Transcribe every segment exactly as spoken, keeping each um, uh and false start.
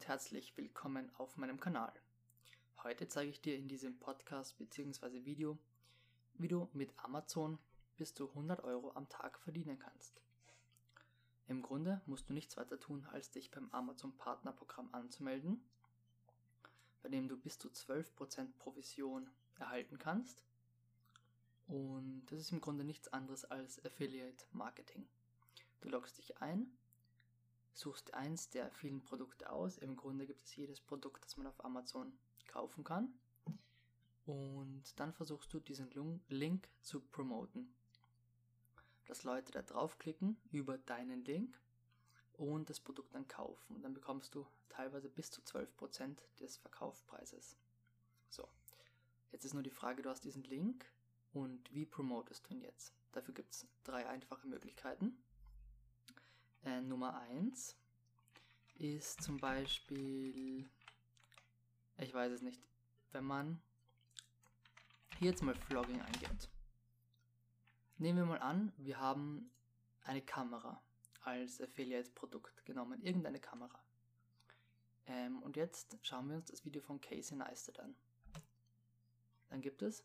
und herzlich willkommen auf meinem Kanal. Heute zeige ich dir in diesem Podcast bzw. Video, wie du mit Amazon bis zu hundert Euro am Tag verdienen kannst. Im Grunde musst du nichts weiter tun, als dich beim Amazon Partnerprogramm anzumelden, bei dem du bis zu zwölf Prozent Provision erhalten kannst. Und das ist im Grunde nichts anderes als Affiliate Marketing. Du loggst dich ein, suchst eins der vielen Produkte aus. Im Grunde gibt es jedes Produkt, das man auf Amazon kaufen kann. Und dann versuchst du diesen Link zu promoten. Dass Leute da draufklicken über deinen Link und das Produkt dann kaufen. Und dann bekommst du teilweise bis zu zwölf Prozent des Verkaufspreises. So, jetzt ist nur die Frage, du hast diesen Link und wie promotest du ihn jetzt? Dafür gibt es drei einfache Möglichkeiten. Äh, Nummer eins ist zum Beispiel, ich weiß es nicht, wenn man hier jetzt mal Vlogging eingibt. Nehmen wir mal an, wir haben eine Kamera als Affiliate-Produkt genommen, irgendeine Kamera. Ähm, und jetzt schauen wir uns das Video von Casey Neistat an. Dann gibt es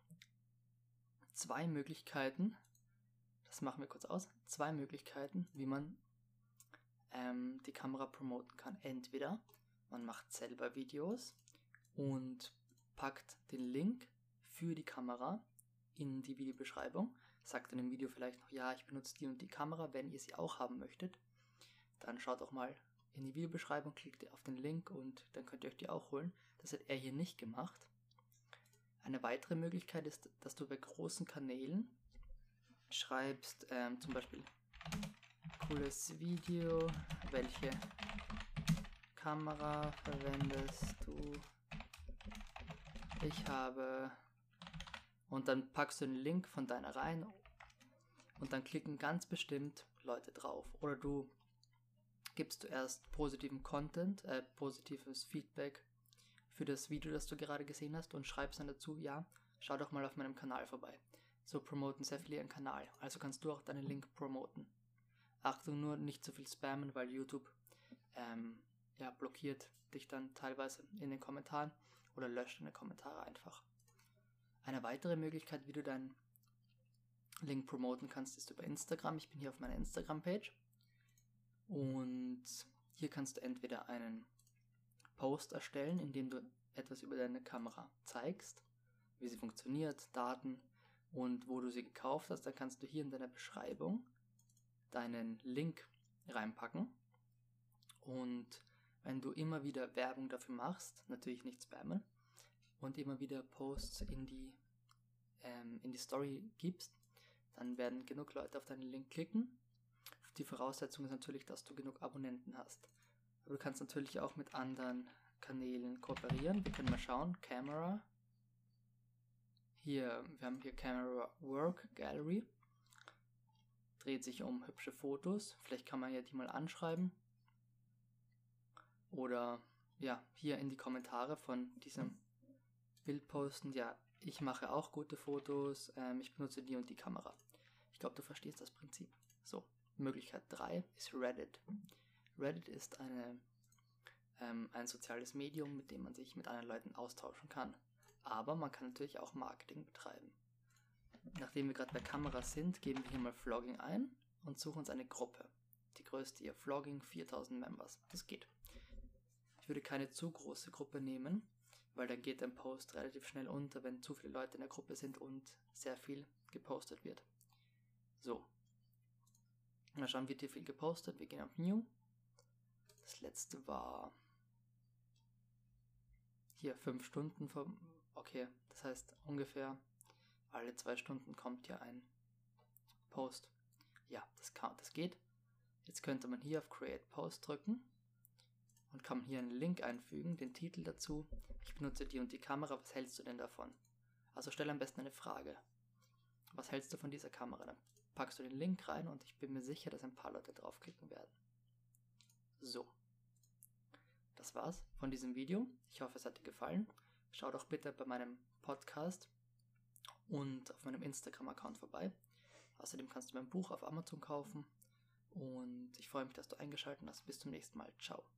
zwei Möglichkeiten, das machen wir kurz aus, zwei Möglichkeiten, wie man ähm, die Kamera promoten kann. Entweder man macht selber Videos und packt den Link für die Kamera in die Videobeschreibung, sagt in dem Video vielleicht noch, ja, ich benutze die und die Kamera, wenn ihr sie auch haben möchtet, dann schaut auch mal in die Videobeschreibung, klickt ihr auf den Link und dann könnt ihr euch die auch holen. Das hat er hier nicht gemacht. Eine weitere Möglichkeit ist, dass du bei großen Kanälen schreibst, ähm, zum Beispiel cooles Video, welche Kamera verwendest du? Ich habe, und dann packst du den Link von deiner rein und dann klicken ganz bestimmt Leute drauf. Oder du gibst zuerst positiven Content, äh, positives Feedback für das Video, das du gerade gesehen hast und schreibst dann dazu, ja, schau doch mal auf meinem Kanal vorbei. So promoten sehr viele ihren Kanal, also kannst du auch deinen Link promoten. Achtung, nur nicht zu viel spammen, weil YouTube ähm, ja, blockiert dich dann teilweise in den Kommentaren oder löscht deine Kommentare einfach. Eine weitere Möglichkeit, wie du deinen Link promoten kannst, ist über Instagram. Ich bin hier auf meiner Instagram-Page und hier kannst du entweder einen Post erstellen, in dem du etwas über deine Kamera zeigst, wie sie funktioniert, Daten und wo du sie gekauft hast. Dann kannst du hier in deiner Beschreibung deinen Link reinpacken und wenn du immer wieder Werbung dafür machst, natürlich nicht spammen, und immer wieder Posts in die, ähm, in die Story gibst, dann werden genug Leute auf deinen Link klicken. Die Voraussetzung ist natürlich, dass du genug Abonnenten hast. Aber du kannst natürlich auch mit anderen Kanälen kooperieren. Wir können mal schauen, Camera. Hier, wir haben hier Camera Work Gallery. Dreht sich um hübsche Fotos. Vielleicht kann man ja die mal anschreiben. Oder ja, hier in die Kommentare von diesem Bild posten. Ja, ich mache auch gute Fotos. Ähm, ich benutze die und die Kamera. Ich glaube, du verstehst das Prinzip. So, Möglichkeit drei ist Reddit. Reddit ist eine, ähm, ein soziales Medium, mit dem man sich mit anderen Leuten austauschen kann. Aber man kann natürlich auch Marketing betreiben. Nachdem wir gerade bei Kameras sind, geben wir hier mal Vlogging ein und suchen uns eine Gruppe. Die größte hier, Vlogging, viertausend Members. Das geht. Ich würde keine zu große Gruppe nehmen, weil dann geht ein Post relativ schnell unter, wenn zu viele Leute in der Gruppe sind und sehr viel gepostet wird. So. Mal schauen, wird hier viel gepostet. Wir gehen auf New. Das letzte war hier fünf Stunden vom. Okay, das heißt ungefähr alle zwei Stunden kommt hier ein Post. Ja, das, kann, das geht. Jetzt könnte man hier auf Create Post drücken und kann hier einen Link einfügen, den Titel dazu. Ich benutze die und die Kamera, was hältst du denn davon? Also stell am besten eine Frage. Was hältst du von dieser Kamera? Dann packst du den Link rein und ich bin mir sicher, dass ein paar Leute draufklicken werden. So. Das war's von diesem Video. Ich hoffe, es hat dir gefallen. Schau doch bitte bei meinem Podcast und auf meinem Instagram-Account vorbei. Außerdem kannst du mein Buch auf Amazon kaufen. Und ich freue mich, dass du eingeschaltet hast. Bis zum nächsten Mal. Ciao.